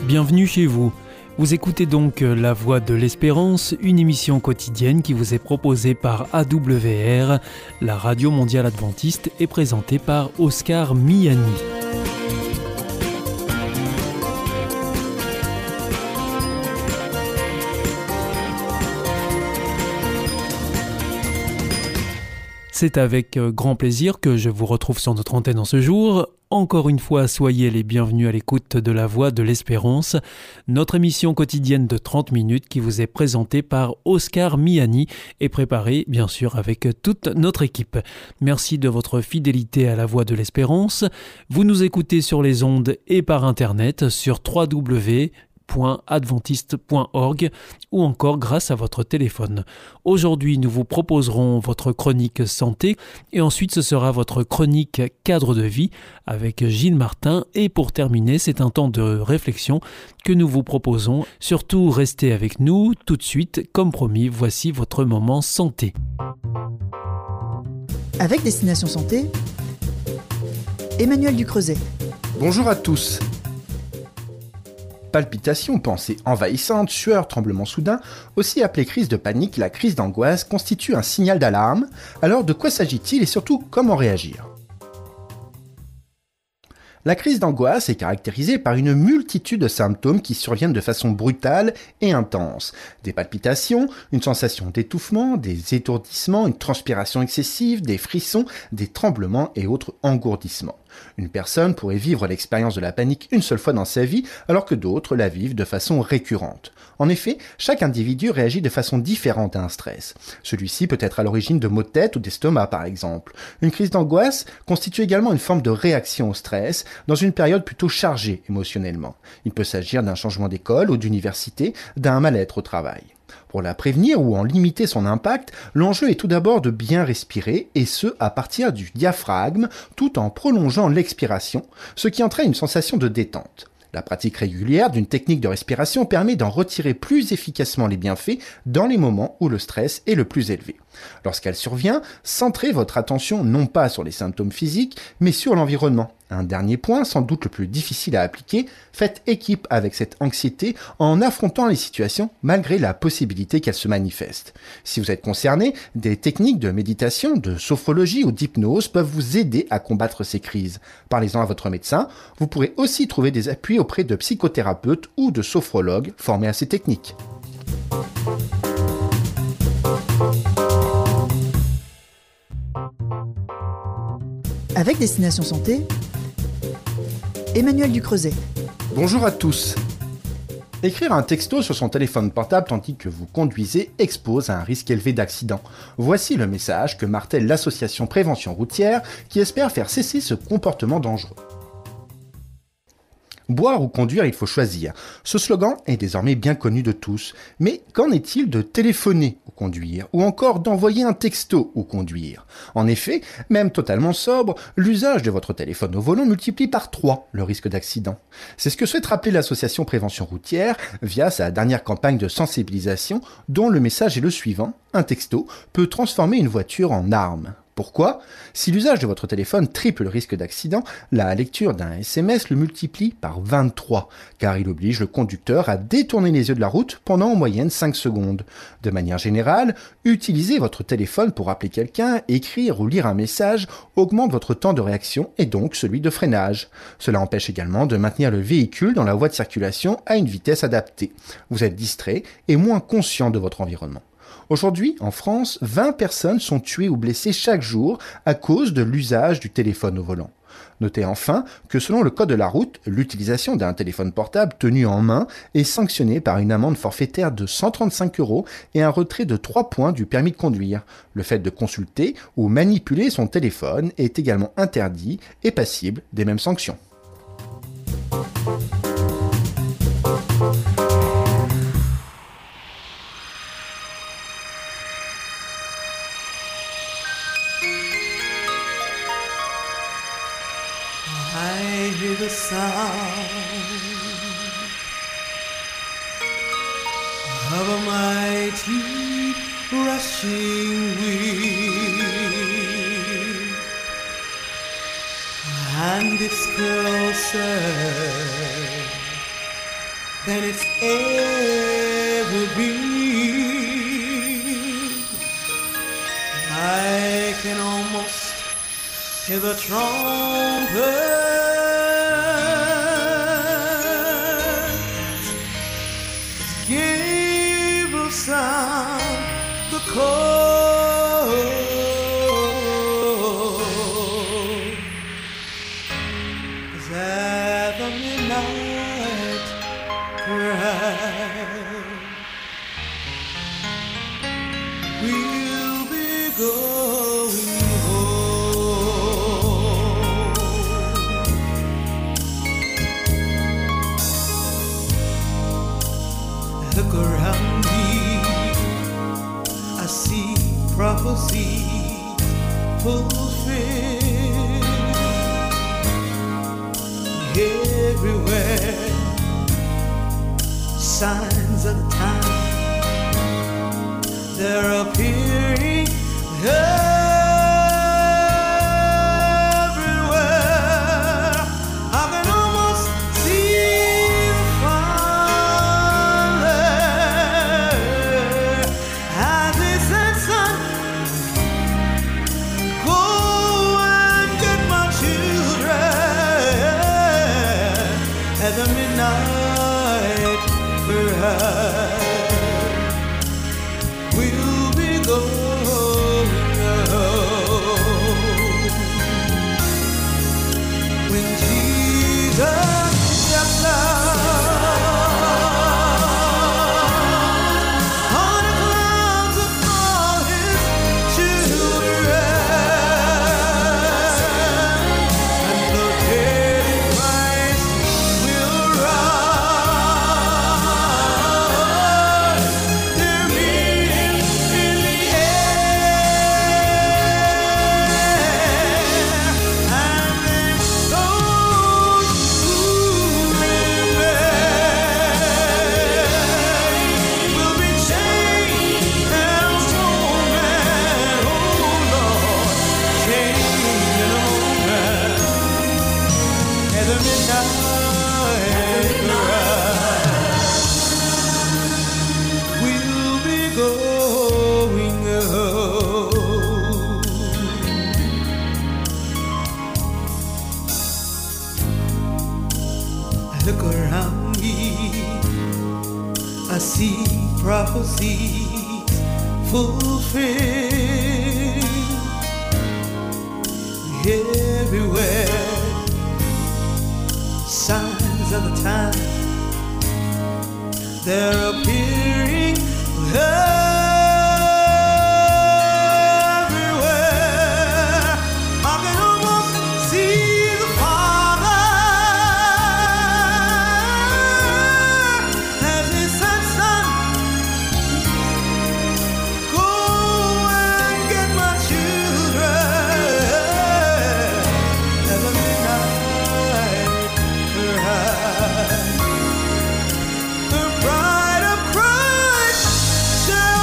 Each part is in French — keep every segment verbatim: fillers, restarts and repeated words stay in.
Bienvenue chez vous. Vous écoutez donc La Voix de l'Espérance, une émission quotidienne qui vous est proposée par A W R, la radio mondiale adventiste, et présentée par Oscar Miani. C'est avec grand plaisir que je vous retrouve sur notre antenne en ce jour. Encore une fois, soyez les bienvenus à l'écoute de La Voix de l'Espérance, notre émission quotidienne de trente minutes qui vous est présentée par Oscar Miani et préparée, bien sûr, avec toute notre équipe. Merci de votre fidélité à La Voix de l'Espérance. Vous nous écoutez sur les ondes et par Internet sur w w w point adventiste point org ou encore grâce à votre téléphone. Aujourd'hui, nous vous proposerons votre chronique santé et ensuite ce sera votre chronique cadre de vie avec Gilles Martin et pour terminer, c'est un temps de réflexion que nous vous proposons. Surtout, restez avec nous tout de suite. Comme promis, voici votre moment santé. Avec Destination Santé, Emmanuel Ducreuset. Bonjour à tous. Palpitations, pensées envahissantes, sueur, tremblements soudains, aussi appelée crise de panique, la crise d'angoisse constitue un signal d'alarme. Alors de quoi s'agit-il et surtout comment réagir ? La crise d'angoisse est caractérisée par une multitude de symptômes qui surviennent de façon brutale et intense. Des palpitations, une sensation d'étouffement, des étourdissements, une transpiration excessive, des frissons, des tremblements et autres engourdissements. Une personne pourrait vivre l'expérience de la panique une seule fois dans sa vie, alors que d'autres la vivent de façon récurrente. En effet, chaque individu réagit de façon différente à un stress. Celui-ci peut être à l'origine de maux de tête ou d'estomac, par exemple. Une crise d'angoisse constitue également une forme de réaction au stress dans une période plutôt chargée émotionnellement. Il peut s'agir d'un changement d'école ou d'université, d'un mal-être au travail. Pour la prévenir ou en limiter son impact, l'enjeu est tout d'abord de bien respirer, et ce, à partir du diaphragme, tout en prolongeant l'expiration, ce qui entraîne une sensation de détente. La pratique régulière d'une technique de respiration permet d'en retirer plus efficacement les bienfaits dans les moments où le stress est le plus élevé. Lorsqu'elle survient, centrez votre attention non pas sur les symptômes physiques, mais sur l'environnement. Un dernier point, sans doute le plus difficile à appliquer, faites équipe avec cette anxiété en affrontant les situations malgré la possibilité qu'elles se manifestent. Si vous êtes concerné, des techniques de méditation, de sophrologie ou d'hypnose peuvent vous aider à combattre ces crises. Parlez-en à votre médecin. Vous pourrez aussi trouver des appuis auprès de psychothérapeutes ou de sophrologues formés à ces techniques. Avec Destination Santé, Emmanuel Ducreuset. Bonjour à tous. Écrire un texto sur son téléphone portable tandis que vous conduisez expose à un risque élevé d'accident. Voici le message que martèle l'association Prévention Routière qui espère faire cesser ce comportement dangereux. Boire ou conduire, il faut choisir. Ce slogan est désormais bien connu de tous. Mais qu'en est-il de téléphoner ou conduire, ou encore d'envoyer un texto ou conduire ? En effet, même totalement sobre, l'usage de votre téléphone au volant multiplie par trois le risque d'accident. C'est ce que souhaite rappeler l'association Prévention Routière via sa dernière campagne de sensibilisation dont le message est le suivant : un texto peut transformer une voiture en arme. Pourquoi ? Si l'usage de votre téléphone triple le risque d'accident, la lecture d'un S M S le multiplie par vingt-trois, car il oblige le conducteur à détourner les yeux de la route pendant en moyenne cinq secondes. De manière générale, utiliser votre téléphone pour appeler quelqu'un, écrire ou lire un message augmente votre temps de réaction et donc celui de freinage. Cela empêche également de maintenir le véhicule dans la voie de circulation à une vitesse adaptée. Vous êtes distrait et moins conscient de votre environnement. Aujourd'hui, en France, vingt personnes sont tuées ou blessées chaque jour à cause de l'usage du téléphone au volant. Notez enfin que selon le code de la route, l'utilisation d'un téléphone portable tenu en main est sanctionnée par une amende forfaitaire de cent trente-cinq euros et un retrait de trois points du permis de conduire. Le fait de consulter ou manipuler son téléphone est également interdit et passible des mêmes sanctions. I hear the sound of a mighty rushing wind, and it's closer than it's ever been. I can almost hear the trumpet. Gabriel sound the call as at the midnight cry. We'll be going home. Look around me, I see prophecy fulfilled everywhere. Signs of the time, they're appearing everywhere. I can almost see the Father as He said, "Son, go and get my children at the midnight cry." We'll be going home when Jesus steps out on the clouds of all His children, and the dead in Christ will rise. They're meeting in the air, and then those who remain will be changed and tormented. Oh Lord, changed in a moment at the midnight cry. We'll be going home. I look around me, I see prophecies fulfilled everywhere. Signs of the time, they're appearing everywhere. I can almost see the Father as He said, "Son, go and get my children at the midnight cry." The bride of Christ shall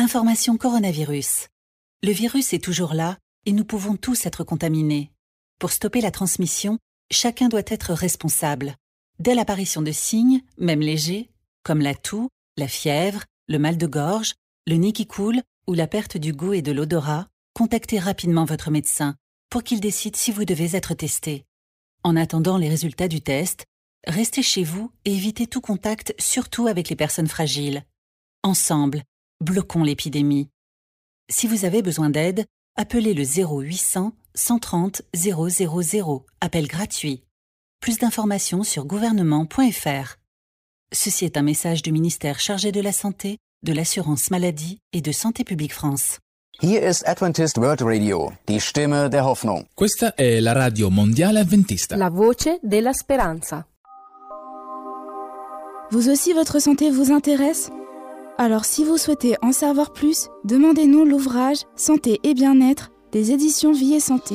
Information coronavirus. Le virus est toujours là et nous pouvons tous être contaminés. Pour stopper la transmission, chacun doit être responsable. Dès l'apparition de signes, même légers, comme la toux, la fièvre, le mal de gorge, le nez qui coule ou la perte du goût et de l'odorat, contactez rapidement votre médecin pour qu'il décide si vous devez être testé. En attendant les résultats du test, restez chez vous et évitez tout contact, surtout avec les personnes fragiles. Ensemble, bloquons l'épidémie. Si vous avez besoin d'aide, appelez le zéro huit cents, cent trente, zéro zéro zéro, appel gratuit. Plus d'informations sur gouvernement point f r. Ceci est un message du ministère chargé de la Santé, de l'Assurance Maladie et de Santé publique France. Hier ist Adventist World Radio, die Stimme der Hoffnung. Questa è la radio mondiale adventista. La voce della speranza. Vous aussi, votre santé vous intéresse ? Alors si vous souhaitez en savoir plus, demandez-nous l'ouvrage Santé et bien-être des éditions Vie et Santé.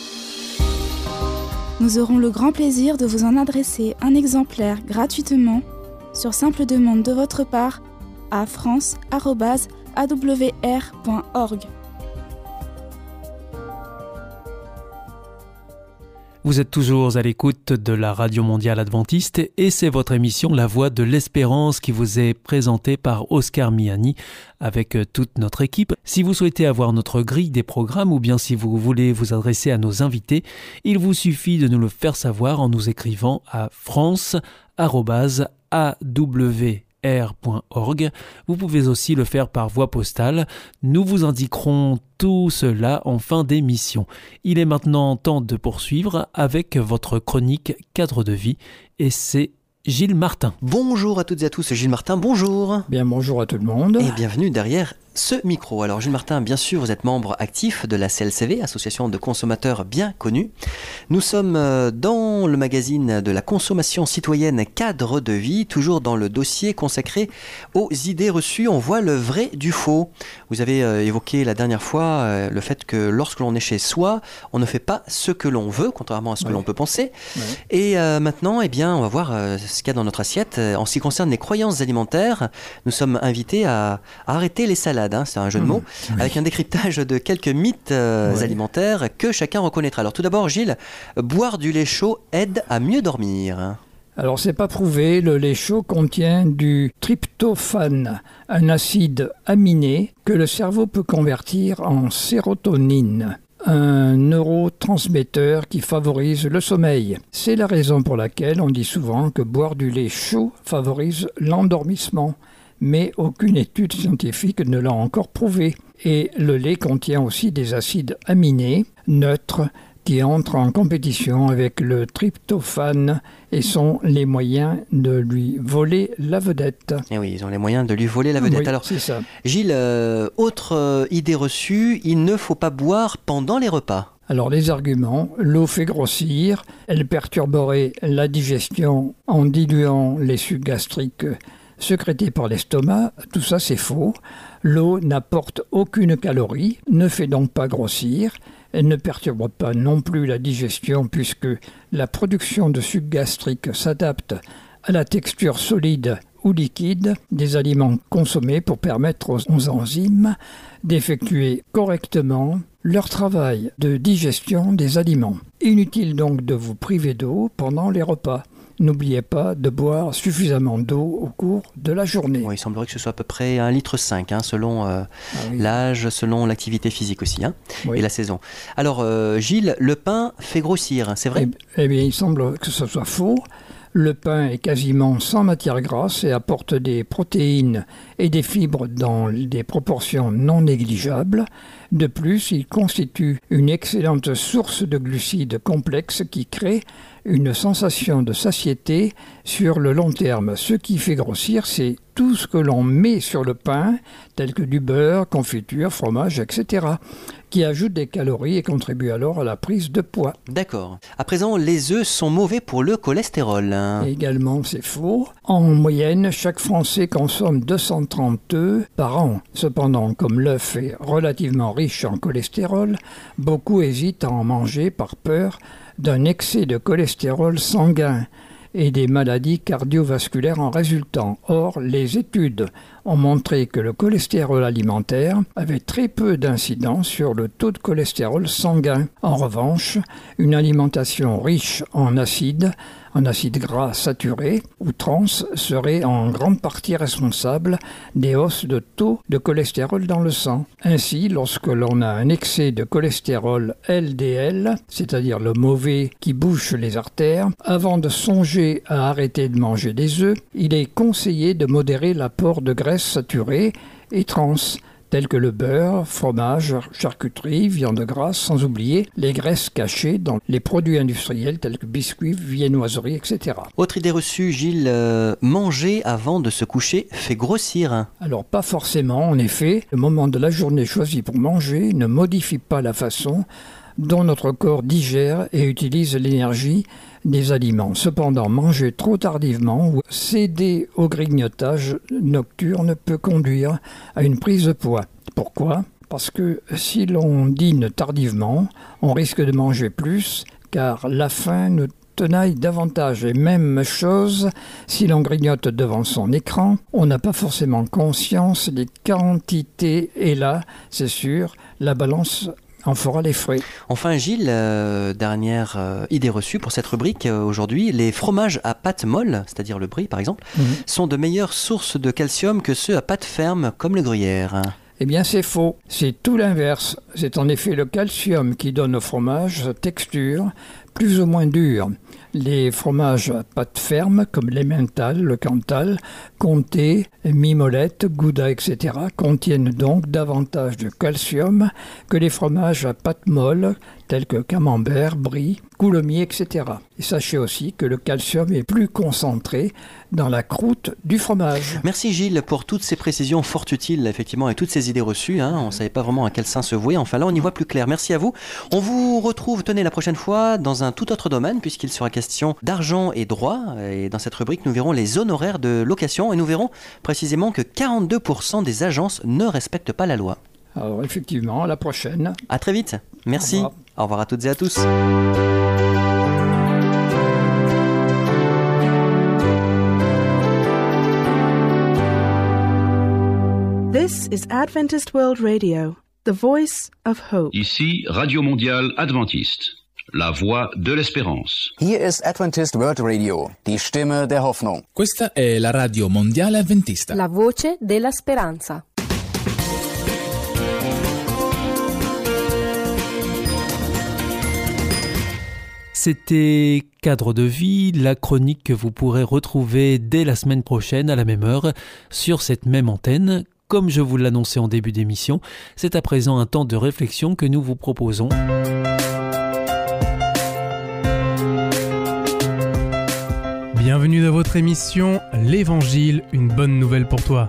Nous aurons le grand plaisir de vous en adresser un exemplaire gratuitement sur simple demande de votre part à france arobase a w r point org. Vous êtes toujours à l'écoute de la Radio Mondiale Adventiste et c'est votre émission La Voix de l'Espérance qui vous est présentée par Oscar Miani avec toute notre équipe. Si vous souhaitez avoir notre grille des programmes ou bien si vous voulez vous adresser à nos invités, il vous suffit de nous le faire savoir en nous écrivant à france arobase a w r point org. Vous pouvez aussi le faire par voie postale. Nous vous indiquerons tout cela en fin d'émission. Il est maintenant temps de poursuivre avec votre chronique Cadre de vie et c'est Gilles Martin. Bonjour à toutes et à tous, Gilles Martin, bonjour. Bien, bonjour à tout le monde. Et bienvenue derrière ce micro. Alors Gilles Martin, bien sûr, vous êtes membre actif de la C L C V, association de consommateurs bien connue. Nous sommes dans le magazine de la consommation citoyenne Cadre de vie, toujours dans le dossier consacré aux idées reçues. On voit le vrai du faux. Vous avez euh, évoqué la dernière fois euh, le fait que lorsque l'on est chez soi, on ne fait pas ce que l'on veut, contrairement à ce que ouais. l'on peut penser. Ouais. Et euh, maintenant, eh bien, on va voir euh, ce qu'il y a dans notre assiette. En ce qui concerne les croyances alimentaires, nous sommes invités à, à arrêter les salades. Hein, c'est un jeu de mots, mmh, oui. avec un décryptage de quelques mythes euh, oui. alimentaires que chacun reconnaîtra. Alors tout d'abord, Gilles, boire du lait chaud aide à mieux dormir. Alors c'est pas prouvé, le lait chaud contient du tryptophane, un acide aminé que le cerveau peut convertir en sérotonine, un neurotransmetteur qui favorise le sommeil. C'est la raison pour laquelle on dit souvent que boire du lait chaud favorise l'endormissement. Mais aucune étude scientifique ne l'a encore prouvé. Et le lait contient aussi des acides aminés neutres qui entrent en compétition avec le tryptophane et sont les moyens de lui voler la vedette. Et oui, ils ont les moyens de lui voler la vedette. Oui, alors, c'est ça. Gilles, euh, autre euh, idée reçue, il ne faut pas boire pendant les repas. Alors les arguments, l'eau fait grossir, elle perturberait la digestion en diluant les sucs gastriques sécrétés par l'estomac, tout ça c'est faux. L'eau n'apporte aucune calorie, ne fait donc pas grossir, elle ne perturbe pas non plus la digestion puisque la production de sucs gastriques s'adapte à la texture solide ou liquide des aliments consommés pour permettre aux, aux enzymes d'effectuer correctement leur travail de digestion des aliments. Inutile donc de vous priver d'eau pendant les repas. N'oubliez pas de boire suffisamment d'eau au cours de la journée. Oui, il semblerait que ce soit à peu près un litre cinq, hein, selon euh, ah oui. l'âge, selon l'activité physique aussi, hein, oui. et la saison. Alors, euh, Gilles, le pain fait grossir, c'est vrai ? Eh, eh bien, il semble que ce soit faux. Le pain est quasiment sans matière grasse et apporte des protéines et des fibres dans des proportions non négligeables. De plus, il constitue une excellente source de glucides complexes qui crée une sensation de satiété sur le long terme. Ce qui fait grossir, c'est tout ce que l'on met sur le pain, tel que du beurre, confiture, fromage, et cetera, qui ajoute des calories et contribue alors à la prise de poids. D'accord. À présent, les œufs sont mauvais pour le cholestérol. Hein. Également, c'est faux. En moyenne, chaque Français consomme deux cent trente œufs par an. Cependant, comme l'œuf est relativement riche en cholestérol, beaucoup hésitent à en manger par peur d'un excès de cholestérol sanguin et des maladies cardiovasculaires en résultant. Or, les études ont montré que le cholestérol alimentaire avait très peu d'incidence sur le taux de cholestérol sanguin. En revanche, une alimentation riche en acides, en acides gras saturés ou trans serait en grande partie responsable des hausses de taux de cholestérol dans le sang. Ainsi, lorsque l'on a un excès de cholestérol L D L, c'est-à-dire le mauvais qui bouche les artères, avant de songer à arrêter de manger des œufs, il est conseillé de modérer l'apport de graisses saturées et trans, tels que le beurre, fromage, charcuterie, viande grasse, sans oublier les graisses cachées dans les produits industriels tels que biscuits, viennoiseries, et cetera. Autre idée reçue, Gilles, euh, manger avant de se coucher fait grossir. Alors pas forcément, en effet, le moment de la journée choisi pour manger ne modifie pas la façon dont notre corps digère et utilise l'énergie des aliments. Cependant, manger trop tardivement ou céder au grignotage nocturne peut conduire à une prise de poids. Pourquoi ? Parce que si l'on dîne tardivement, on risque de manger plus, car la faim nous tenaille davantage. Et même chose, si l'on grignote devant son écran, on n'a pas forcément conscience des quantités. Et là, c'est sûr, la balance en fera les frais. Enfin Gilles, euh, dernière euh, idée reçue pour cette rubrique euh, aujourd'hui, les fromages à pâte molle, c'est-à-dire le brie par exemple, mmh. sont de meilleures sources de calcium que ceux à pâte ferme comme le gruyère. Eh bien c'est faux, c'est tout l'inverse. C'est en effet le calcium qui donne au fromage sa texture plus ou moins dure. Les fromages à pâte ferme, comme l'emmental, le cantal, comté, mimolette, gouda, et cetera, contiennent donc davantage de calcium que les fromages à pâte molle, tels que camembert, brie, coulommiers, et cetera. Et sachez aussi que le calcium est plus concentré dans la croûte du fromage. Merci Gilles pour toutes ces précisions fort utiles, effectivement, et toutes ces idées reçues. Hein. On ne savait pas vraiment à quel sein se vouer. Enfin là, on y voit plus clair. Merci à vous. On vous retrouve, tenez, la prochaine fois dans un tout autre domaine, puisqu'il sera question d'argent et droit. Et dans cette rubrique, nous verrons les honoraires de location et nous verrons précisément que quarante-deux pour cent des agences ne respectent pas la loi. Alors effectivement, à la prochaine. À très vite. Merci. Au revoir, Au revoir à toutes et à tous. This is Adventist World Radio, the voice of hope. Ici, Radio Mondiale Adventiste, la voix de l'espérance. Hier ist Adventist World Radio, die Stimme der Hoffnung. Questa è la Radio Mondiale Adventista, la voce della speranza. C'était Cadre de vie, la chronique que vous pourrez retrouver dès la semaine prochaine à la même heure sur cette même antenne. Comme je vous l'annonçais en début d'émission, c'est à présent un temps de réflexion que nous vous proposons. Bienvenue dans votre émission L'Évangile, une bonne nouvelle pour toi.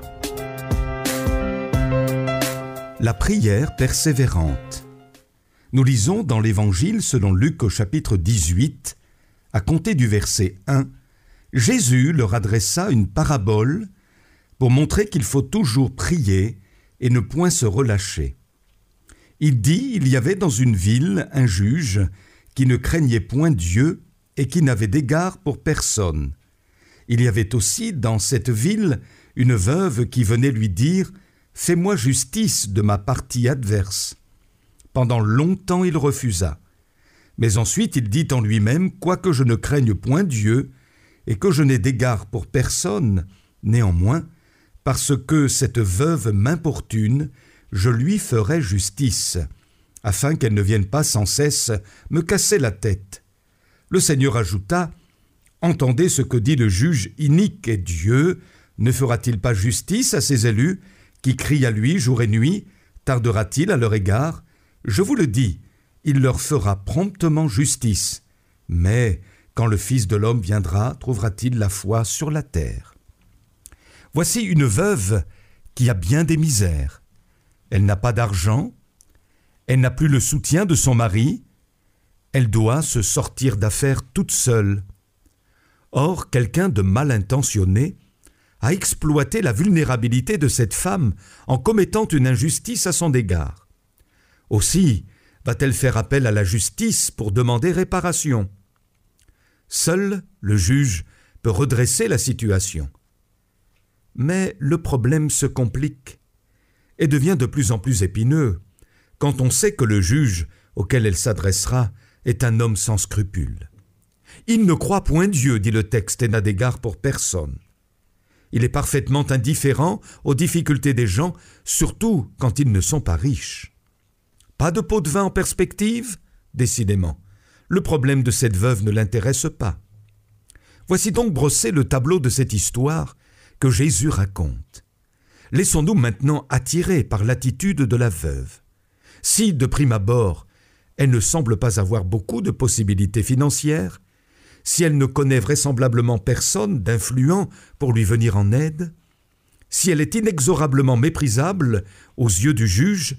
La prière persévérante. Nous lisons dans l'Évangile selon Luc au chapitre dix-huit, à compter du verset un, Jésus leur adressa une parabole pour montrer qu'il faut toujours prier et ne point se relâcher. Il dit, il y avait dans une ville un juge qui ne craignait point Dieu et qui n'avait d'égard pour personne. Il y avait aussi dans cette ville une veuve qui venait lui dire « Fais-moi justice de ma partie adverse ». Pendant longtemps il refusa. Mais ensuite il dit en lui-même, quoique je ne craigne point Dieu, et que je n'ai d'égard pour personne, néanmoins, parce que cette veuve m'importune, je lui ferai justice, afin qu'elle ne vienne pas sans cesse me casser la tête. Le Seigneur ajouta, entendez ce que dit le juge inique, et Dieu ne fera-t-il pas justice à ses élus, qui crient à lui jour et nuit, tardera-t-il à leur égard ? Je vous le dis, il leur fera promptement justice. Mais quand le Fils de l'homme viendra, trouvera-t-il la foi sur la terre ? Voici une veuve qui a bien des misères. Elle n'a pas d'argent, elle n'a plus le soutien de son mari, elle doit se sortir d'affaires toute seule. Or, quelqu'un de mal intentionné a exploité la vulnérabilité de cette femme en commettant une injustice à son égard. Aussi, va-t-elle faire appel à la justice pour demander réparation ? Seul le juge peut redresser la situation. Mais le problème se complique et devient de plus en plus épineux quand on sait que le juge auquel elle s'adressera est un homme sans scrupules. Il ne croit point Dieu, dit le texte, et n'a d'égard pour personne. Il est parfaitement indifférent aux difficultés des gens, surtout quand ils ne sont pas riches. Pas de pot de vin en perspective ? Décidément, le problème de cette veuve ne l'intéresse pas. Voici donc brossé le tableau de cette histoire que Jésus raconte. Laissons-nous maintenant attirer par l'attitude de la veuve. Si, de prime abord, elle ne semble pas avoir beaucoup de possibilités financières, si elle ne connaît vraisemblablement personne d'influent pour lui venir en aide, si elle est inexorablement méprisable aux yeux du juge,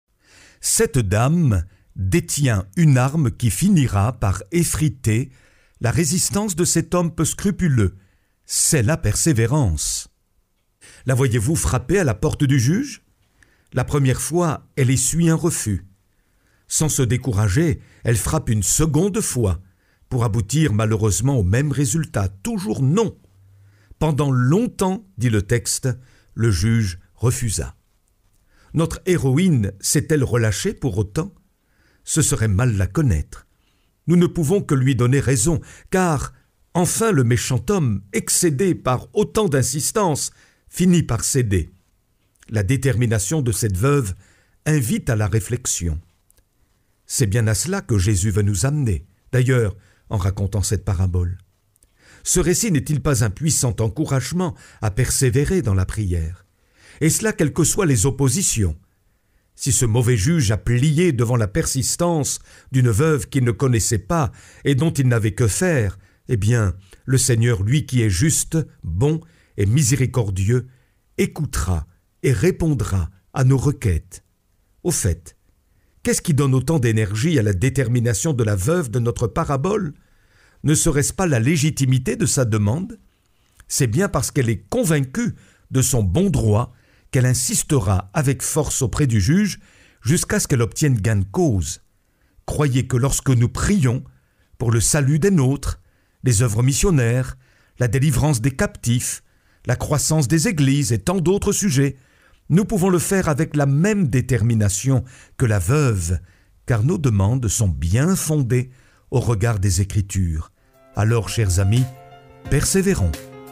cette dame détient une arme qui finira par effriter la résistance de cet homme peu scrupuleux. C'est la persévérance. La voyez-vous frapper à la porte du juge ? La première fois, elle essuie un refus. Sans se décourager, elle frappe une seconde fois, pour aboutir malheureusement au même résultat, toujours non. Pendant longtemps, dit le texte, le juge refusa. Notre héroïne s'est-elle relâchée pour autant ? Ce serait mal la connaître. Nous ne pouvons que lui donner raison, car enfin le méchant homme, excédé par autant d'insistance, finit par céder. La détermination de cette veuve invite à la réflexion. C'est bien à cela que Jésus veut nous amener, d'ailleurs, en racontant cette parabole. Ce récit n'est-il pas un puissant encouragement à persévérer dans la prière ? Et cela quelles que soient les oppositions. Si ce mauvais juge a plié devant la persistance d'une veuve qu'il ne connaissait pas et dont il n'avait que faire, eh bien, le Seigneur, lui qui est juste, bon et miséricordieux, écoutera et répondra à nos requêtes. Au fait, qu'est-ce qui donne autant d'énergie à la détermination de la veuve de notre parabole ? Ne serait-ce pas la légitimité de sa demande ? C'est bien parce qu'elle est convaincue de son bon droit qu'elle insistera avec force auprès du juge jusqu'à ce qu'elle obtienne gain de cause. Croyez que lorsque nous prions pour le salut des nôtres, les œuvres missionnaires, la délivrance des captifs, la croissance des églises et tant d'autres sujets, nous pouvons le faire avec la même détermination que la veuve, car nos demandes sont bien fondées au regard des Écritures. Alors, chers amis, persévérons.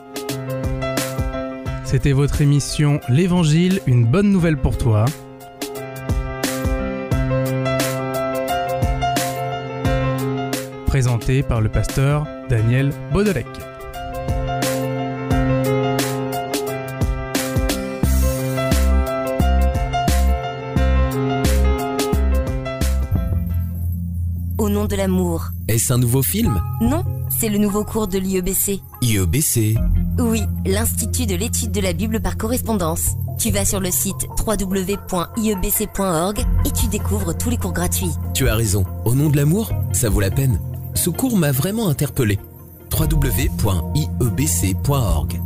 C'était votre émission L'Évangile, une bonne nouvelle pour toi. Présentée par le pasteur Daniel Baudelec. Au nom de l'amour. Est-ce un nouveau film ? Non, c'est le nouveau cours de l'I E B C. I E B C ? Oui, l'Institut de l'étude de la Bible par correspondance. Tu vas sur le site w w w point i e b c point org et tu découvres tous les cours gratuits. Tu as raison, au nom de l'amour, ça vaut la peine. Ce cours m'a vraiment interpellé. w w w point i e b c point org.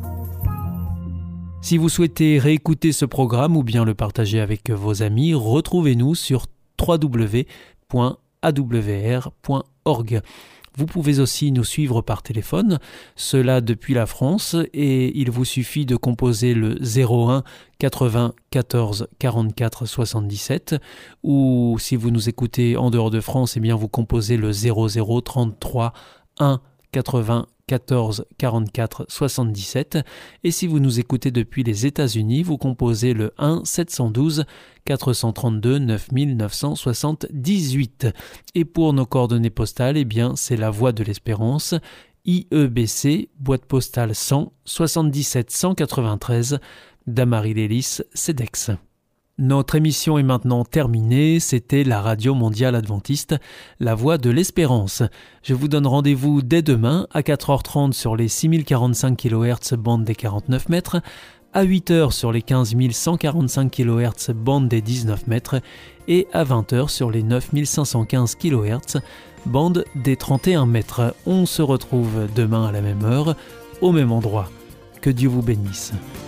Si vous souhaitez réécouter ce programme ou bien le partager avec vos amis, retrouvez-nous sur w w w point a w r point org. Vous pouvez aussi nous suivre par téléphone, cela depuis la France, et il vous suffit de composer le zéro un quatre-vingts quatorze quarante-quatre soixante-dix-sept, ou si vous nous écoutez en dehors de France, eh bien vous composez le zéro zéro trente-trois un quatre-vingts quatorze quarante-quatre soixante-dix-sept, et si vous nous écoutez depuis les États-Unis, vous composez le un sept un deux quatre cent trente-deux neuf mille neuf cent soixante-dix-huit. Et pour nos coordonnées postales, eh bien c'est la Voie de l'Espérance, I E B C, boîte postale cent soixante-dix-sept cent quatre-vingt-treize, Damary-Lélis, Cedex. Notre émission est maintenant terminée, c'était la Radio Mondiale Adventiste, la Voix de l'Espérance. Je vous donne rendez-vous dès demain à quatre heures trente sur les six mille quarante-cinq kilohertz bande des quarante-neuf mètres, à huit heures sur les quinze mille cent quarante-cinq kilohertz bande des dix-neuf mètres et à vingt heures sur les neuf mille cinq cent quinze kilohertz bande des trente et un mètres. On se retrouve demain à la même heure, au même endroit. Que Dieu vous bénisse.